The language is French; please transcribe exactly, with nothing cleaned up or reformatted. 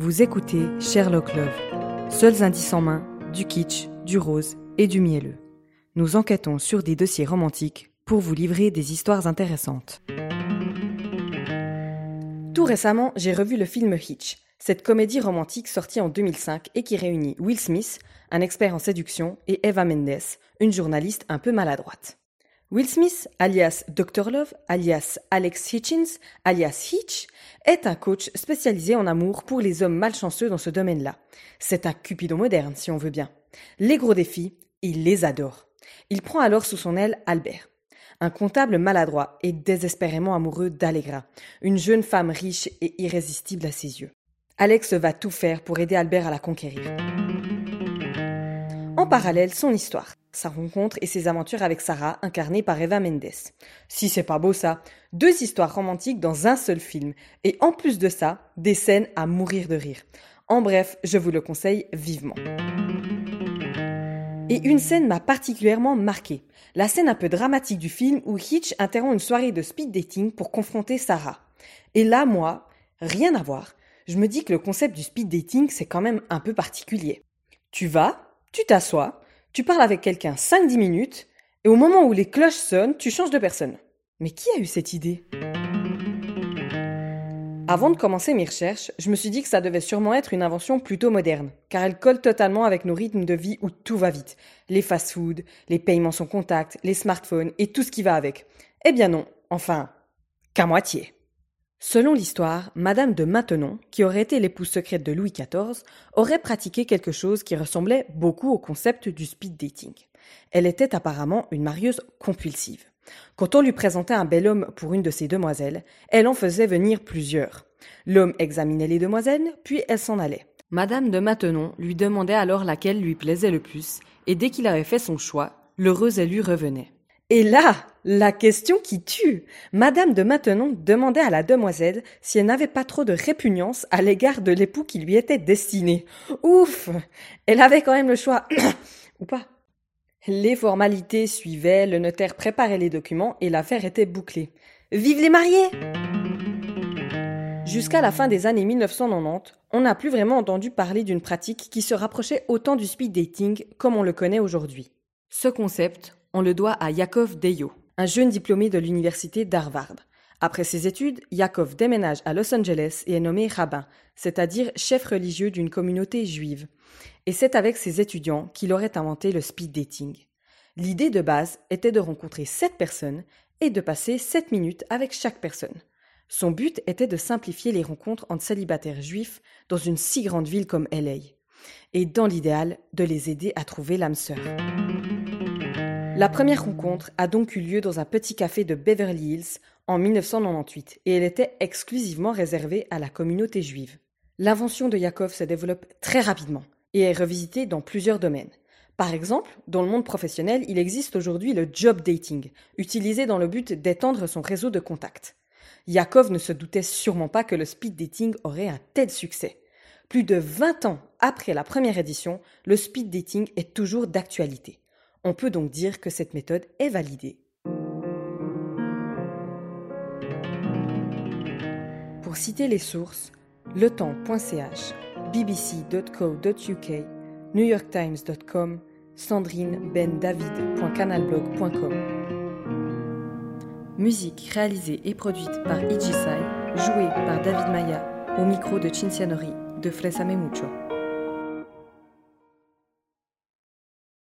Vous écoutez Sherlock Love, seuls indices en main, du kitsch, du rose et du mielleux. Nous enquêtons sur des dossiers romantiques pour vous livrer des histoires intéressantes. Tout récemment, j'ai revu le film Hitch, cette comédie romantique sortie en deux mille cinq et qui réunit Will Smith, un expert en séduction, et Eva Mendes, une journaliste un peu maladroite. Will Smith, alias docteur Love, alias Alex Hitchens, alias Hitch, est un coach spécialisé en amour pour les hommes malchanceux dans ce domaine-là. C'est un Cupidon moderne, si on veut bien. Les gros défis, il les adore. Il prend alors sous son aile Albert, un comptable maladroit et désespérément amoureux d'Allegra, une jeune femme riche et irrésistible à ses yeux. Alex va tout faire pour aider Albert à la conquérir. En parallèle, son histoire, sa rencontre et ses aventures avec Sarah, incarnée par Eva Mendes. Si c'est pas beau ça, deux histoires romantiques dans un seul film, et en plus de ça, des scènes à mourir de rire. En bref, je vous le conseille vivement. Et une scène m'a particulièrement marquée, la scène un peu dramatique du film où Hitch interrompt une soirée de speed dating pour confronter Sarah. Et là, moi, rien à voir, je me dis que le concept du speed dating, c'est quand même un peu particulier. Tu vas, tu t'assois, tu parles avec quelqu'un cinq à dix minutes, et au moment où les cloches sonnent, tu changes de personne. Mais qui a eu cette idée ? Avant de commencer mes recherches, je me suis dit que ça devait sûrement être une invention plutôt moderne, car elle colle totalement avec nos rythmes de vie où tout va vite. Les fast-foods, les paiements sans contact, les smartphones et tout ce qui va avec. Eh bien non, enfin, qu'à moitié. Selon l'histoire, Madame de Maintenon, qui aurait été l'épouse secrète de Louis quatorze, aurait pratiqué quelque chose qui ressemblait beaucoup au concept du speed dating. Elle était apparemment une marieuse compulsive. Quand on lui présentait un bel homme pour une de ses demoiselles, elle en faisait venir plusieurs. L'homme examinait les demoiselles, puis elle s'en allait. Madame de Maintenon lui demandait alors laquelle lui plaisait le plus, et dès qu'il avait fait son choix, l'heureux élu revenait. Et là, la question qui tue. Madame de Maintenon demandait à la demoiselle si elle n'avait pas trop de répugnance à l'égard de l'époux qui lui était destiné. Ouf! Elle avait quand même le choix. Ou pas. Les formalités suivaient, le notaire préparait les documents et l'affaire était bouclée. Vive les mariés! Jusqu'à la fin des années mille neuf cent quatre-vingt-dix, on n'a plus vraiment entendu parler d'une pratique qui se rapprochait autant du speed dating comme on le connaît aujourd'hui. Ce concept, on le doit à Yakov Deyo, un jeune diplômé de l'université d'Harvard. Après ses études, Yakov déménage à Los Angeles et est nommé rabbin, c'est-à-dire chef religieux d'une communauté juive. Et c'est avec ses étudiants qu'il aurait inventé le speed dating. L'idée de base était de rencontrer sept personnes et de passer sept minutes avec chaque personne. Son but était de simplifier les rencontres entre célibataires juifs dans une si grande ville comme L A. Et dans l'idéal, de les aider à trouver l'âme sœur. La première rencontre a donc eu lieu dans un petit café de Beverly Hills en mille neuf cent quatre-vingt-dix-huit et elle était exclusivement réservée à la communauté juive. L'invention de Yakov se développe très rapidement et est revisitée dans plusieurs domaines. Par exemple, dans le monde professionnel, il existe aujourd'hui le job dating, utilisé dans le but d'étendre son réseau de contacts. Yakov ne se doutait sûrement pas que le speed dating aurait un tel succès. Plus de vingt ans après la première édition, le speed dating est toujours d'actualité. On peut donc dire que cette méthode est validée. Pour citer les sources, le temps point c h, b b c point co point u k, new york times point com, sandrine ben david point canalblog point com. Musique réalisée et produite par Ijisai, jouée par David Maya, au micro de Cinzia Nori de Flesame Mucho.